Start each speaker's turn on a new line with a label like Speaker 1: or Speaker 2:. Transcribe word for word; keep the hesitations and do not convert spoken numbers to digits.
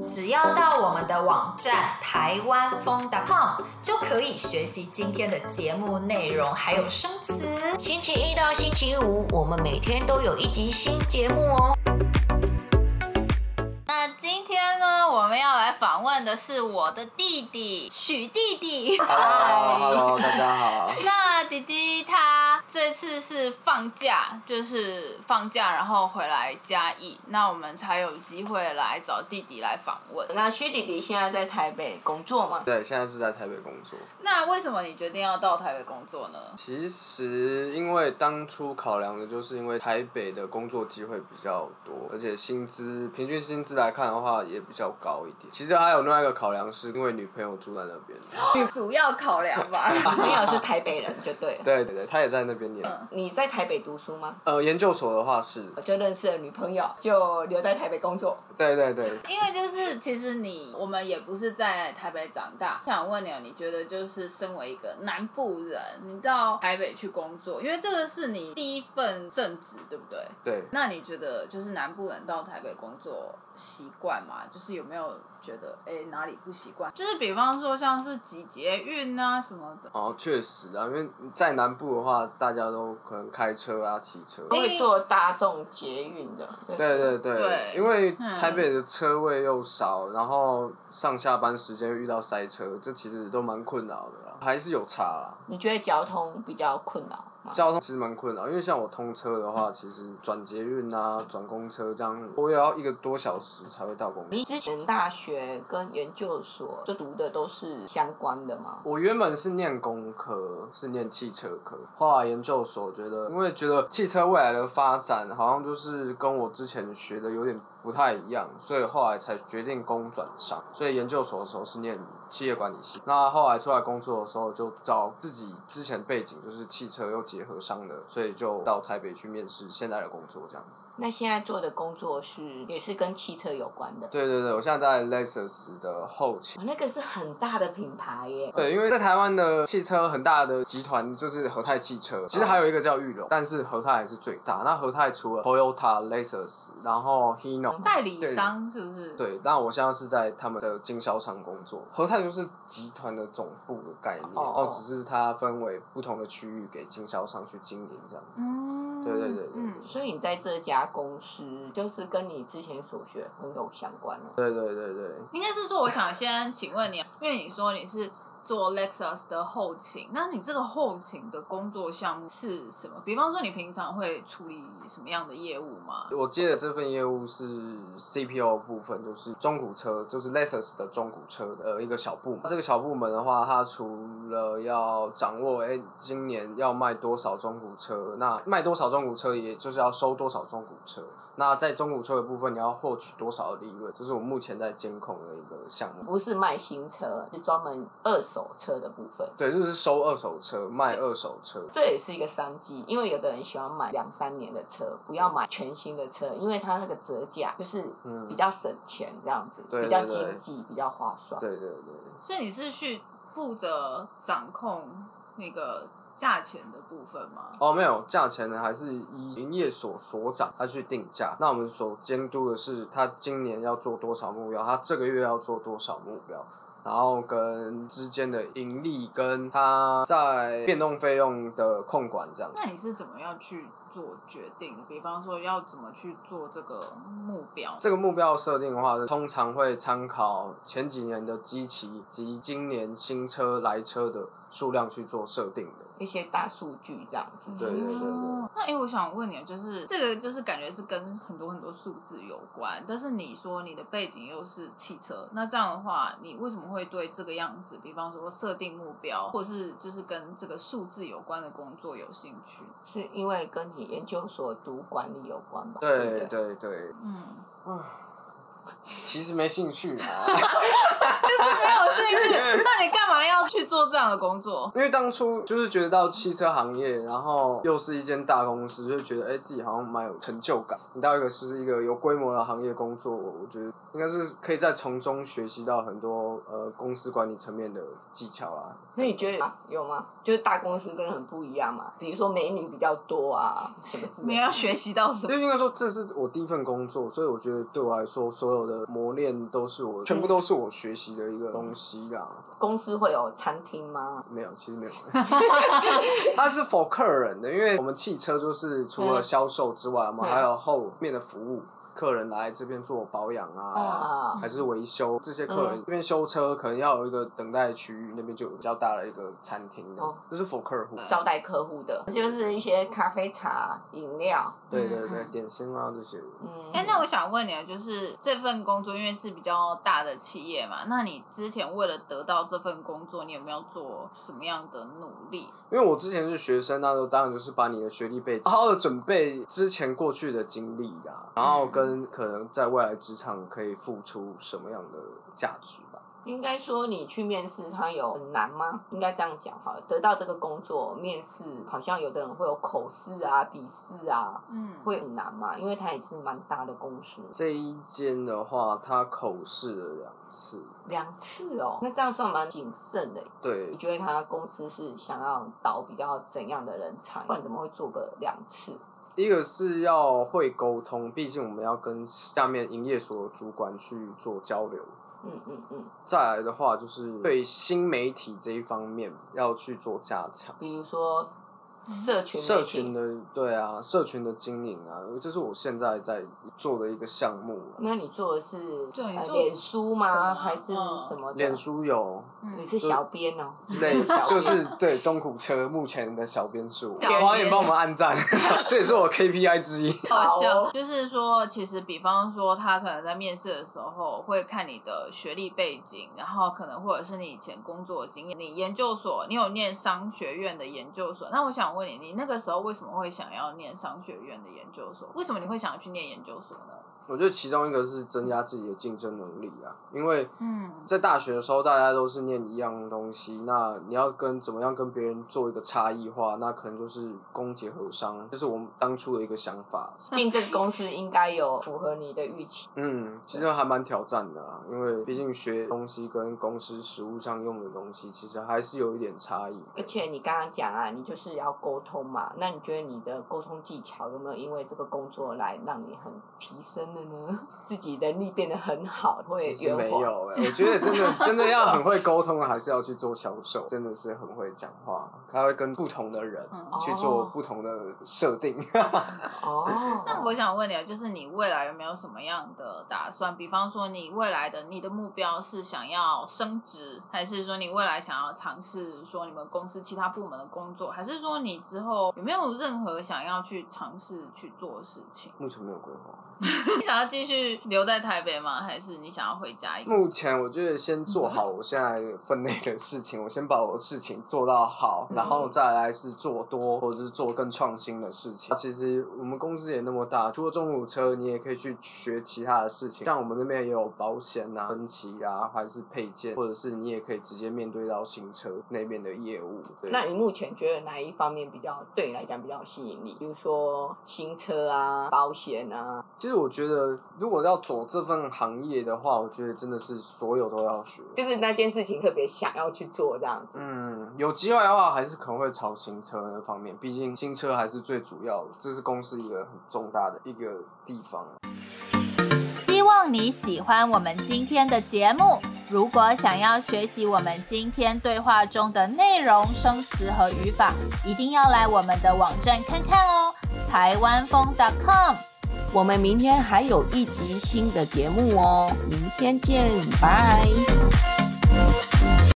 Speaker 1: 只要到我们的网站台湾风 .com 就可以学习今天的节目内容，还有生词。
Speaker 2: 星期一到星期五，我们每天都有一集新节目哦。
Speaker 1: 那今天呢，我们要来访问的是我的弟弟许弟弟。
Speaker 3: Hello，Hello， 大家好。
Speaker 1: 那弟弟他这次是放假，就是放假然后回来嘉义，那我们才有机会来找弟弟来访问。
Speaker 2: 那许弟弟现在在台北工作吗？
Speaker 3: 对，现在是在台北工作。
Speaker 1: 那为什么你决定要到台北工作呢？
Speaker 3: 其实因为当初考量的就是因为台北的工作机会比较多，而且薪资平均薪资来看的话也比较高一点。其实还有另外一个考量是因为女朋友住在那边。
Speaker 1: 主要考量吧。
Speaker 2: 女朋友是台北人就对了。
Speaker 3: 对对对，她也在那边念。
Speaker 2: 嗯、你在台北读书吗？
Speaker 3: 呃，研究所的话是。
Speaker 2: 我就认识了女朋友，就留在台北工作。
Speaker 3: 对对对。
Speaker 1: 因为就是其实你我们也不是在台北长大，想问你，你觉得就是身为一个南部人，你到台北去工作，因为这个是你第一份正职，对不对？
Speaker 3: 对。
Speaker 1: 那你觉得就是南部人到台北工作习惯吗？就是有没有觉得哎哪里不习惯？就是比方说像是挤捷运啊什么的。
Speaker 3: 哦，确实啊，因为在南部的话，大家都可能开车啊、骑车。
Speaker 2: 都会坐大众捷运的。
Speaker 3: 对对对。
Speaker 1: 对。
Speaker 3: 因为台北的车位又少，然后上下班时间遇到塞车，这其实都蛮困扰的啦，还是有差啦。
Speaker 2: 你觉得交通比较困扰？
Speaker 3: 交通其实蛮困扰，因为像我通车的话，其实转捷运啊、转公车这样，我也要一个多小时才会到公司。
Speaker 2: 你之前大学跟研究所就读的都是相关的吗？
Speaker 3: 我原本是念工科，是念汽车科，后来研究所觉得，因为觉得汽车未来的发展好像就是跟我之前学的有点不太一样，所以后来才决定工转商。所以研究所的时候是念企业管理系，那后来出来工作的时候就找自己之前背景就是汽车又结合商的，所以就到台北去面试现在的工作这样子。
Speaker 2: 那现在做的工作是也是跟汽车有关的？
Speaker 3: 对对对，我现在在 Lexus 的后勤。
Speaker 2: 哦，那个是很大的品牌耶。
Speaker 3: 对，因为在台湾的汽车很大的集团就是和泰汽车，其实还有一个叫裕隆，但是和泰还是最大。那和泰除了 Toyota、Lexus， 然后 Hino
Speaker 1: 代理商是不是？
Speaker 3: 对，那我现在是在他们的经销商工作。和泰就是集团的总部的概念，
Speaker 2: 哦，
Speaker 3: 然后只是它分为不同的区域给经销商去经营这样子。
Speaker 1: 嗯，
Speaker 3: 对对对对。
Speaker 2: 嗯，所以你在这家公司就是跟你之前所学很有相关了。
Speaker 3: 对对对对。
Speaker 1: 应该是说，我想先请问你，因为你说你是做 Lexus 的后勤，那你这个后勤的工作项目是什么？比方说，你平常会处理什么样的业务吗？
Speaker 3: 我接的这份业务是 C P O 部分，就是中古车，就是 Lexus 的中古车的一个小部门。这个小部门的话，它除了要掌握，哎、欸，今年要卖多少中古车，那卖多少中古车，也就是要收多少中古车。那在中古车的部分，你要获取多少的利润？这是我目前在监控的一个项目。
Speaker 2: 不是卖新车，是专门二手车的部分。
Speaker 3: 对，就是收二手车，卖二手车。
Speaker 2: 这也是一个商机，因为有的人喜欢买两三年的车，不要买全新的车，因为它那个折价就是比较省钱，这样子、嗯、比较经济，比较划算。
Speaker 3: 对对对。
Speaker 1: 所以你是去负责掌控那个价钱的部分吗？
Speaker 3: 哦，没有，价钱呢还是依营业所所长他去定价。那我们所监督的是他今年要做多少目标，他这个月要做多少目标，然后跟之间的盈利跟他在变动费用的控管这样。
Speaker 1: 那你是怎么样去做决定的？比方说要怎么去做这个目标？
Speaker 3: 这个目标设定的话，通常会参考前几年的基期及今年新车来车的数量去做设定的。
Speaker 2: 一些大数据这样子。
Speaker 3: 对对对对。
Speaker 1: 那哎、欸，我想问你，就是这个就是感觉是跟很多很多数字有关，但是你说你的背景又是汽车，那这样的话，你为什么会对这个样子，比方说设定目标，或是就是跟这个数字有关的工作有兴趣？
Speaker 2: 是因为跟你研究所读管理有关吧？
Speaker 3: 对
Speaker 2: 对
Speaker 3: 对 对, 对。
Speaker 1: 嗯。
Speaker 3: 其实没兴趣啦。
Speaker 1: 就是没有兴趣，那你干嘛要去做这样的工作？
Speaker 3: 因为当初就是觉得到汽车行业，然后又是一间大公司，就觉得哎、欸、自己好像蛮有成就感。你到一个就是一个有规模的行业工作，我觉得应该是可以在从中学习到很多呃公司管理层面的技巧啦。
Speaker 2: 那你觉得、啊、有吗？就是大公司真的很不一样嘛？比如说美女比较多啊，什么之类的。
Speaker 1: 你要学习到什么？
Speaker 3: 就应该说这是我第一份工作，所以我觉得对我来说，所有的磨练都是我，全部都是我学习的一个东西啦。
Speaker 2: 公司会有餐厅吗？
Speaker 3: 没有，其实没有。它是 for 客人的，因为我们汽车就是除了销售之外，我们还有后面的服务。客人来这边做保养啊，嗯、还是维修，这些客人、嗯、这边修车可能要有一个等待区域，那边就有比较大的一个餐厅的，哦、这是 for 客户
Speaker 2: 招待客户的，就是一些咖啡茶、饮料，
Speaker 3: 对对对，嗯、点心啊这些。
Speaker 1: 嗯，哎、欸，那我想问你啊，就是这份工作因为是比较大的企业嘛，那你之前为了得到这份工作，你有没有做什么样的努力？
Speaker 3: 因为我之前是学生，那时候当然就是把你的学历背景好好的准备之前过去的经历啦，然后跟可能在未来职场可以付出什么样的价值吧。
Speaker 2: 应该说你去面试，它有很难吗？应该这样讲好了。得到这个工作，面试好像有的人会有口试啊、笔试啊，嗯，会很难嘛？因为它也是蛮大的公司。
Speaker 3: 这一间的话，它口试了两次。
Speaker 2: 两次哦，那这样算蛮谨慎的。
Speaker 3: 对。
Speaker 2: 你觉得他公司是想要导比较怎样的人才？不然怎么会做个两次？
Speaker 3: 一个是要会沟通，毕竟我们要跟下面营业所的主管去做交流。
Speaker 2: 嗯嗯嗯。
Speaker 3: 再来的话，就是对新媒体这一方面要去做加强，
Speaker 2: 比如说社群
Speaker 3: 社群的对啊，社群的经营啊，这是我现在在做的一个项目。
Speaker 2: 那你做的是
Speaker 1: 对
Speaker 2: 脸书吗？还是什么的？
Speaker 3: 脸书有。
Speaker 2: 你是小编哦。
Speaker 3: 对，就是对中古车目前的小编是我，欢迎帮我们按赞，这也是我 K P I 之一。
Speaker 1: 好笑，就是说，其实比方说，他可能在面试的时候会看你的学历背景，然后可能或者是你以前工作的经验，你研究所，你有念商学院的研究所，那我想问你，你那个时候为什么会想要念商学院的研究所？为什么你会想要去念研究所呢？
Speaker 3: 我觉得其中一个是增加自己的竞争能力啊，因为在大学的时候大家都是念一样东西，那你要跟怎么样跟别人做一个差异化，那可能就是公结合商，这是我们当初的一个想法。
Speaker 2: 进这个公司应该有符合你的预期。
Speaker 3: 嗯，其实还蛮挑战的啊，因为毕竟学东西跟公司实务上用的东西，其实还是有一点差异。
Speaker 2: 而且你刚刚讲啊，你就是要沟通嘛，那你觉得你的沟通技巧有没有因为这个工作来让你很提升？自己能力变得很好，会圆滑。
Speaker 3: 其实没有哎、欸，我觉得真的真的要很会沟通，还是要去做销售，真的是很会讲话，他会跟不同的人去做不同的设定。
Speaker 2: 哦，
Speaker 1: 那我想问你，就是你未来有没有什么样的打算？比方说，你未来的你的目标是想要升职，还是说你未来想要尝试说你们公司其他部门的工作，还是说你之后有没有任何想要去尝试去做的事情？
Speaker 3: 目前没有规划。
Speaker 1: 你想要继续留在台北吗？还是你想要回家一个？
Speaker 3: 目前我觉得先做好我现在分内的事情，我先把我的事情做到好，然后再来是做多或者是做更创新的事情。其实我们公司也那么大，除了中古车，你也可以去学其他的事情，像我们那边也有保险啊、分期啊，还是配件，或者是你也可以直接面对到新车那边的业务。
Speaker 2: 那你目前觉得哪一方面比较对你来讲比较有吸引力？比如说新车啊、保险啊。
Speaker 3: 其实我觉得，如果要走这份行业的话，我觉得真的是所有都要学，
Speaker 2: 就是那件事情特别想要去做这样子。
Speaker 3: 嗯，有机会的话，还是可能会朝新车那方面，毕竟新车还是最主要的，这是公司一个很重大的一个地方。
Speaker 4: 希望你喜欢我们今天的节目。如果想要学习我们今天对话中的内容、生词和语法，一定要来我们的网站看看哦，台湾风 .com。
Speaker 2: 我们明天还有一集新的节目哦，明天见，拜。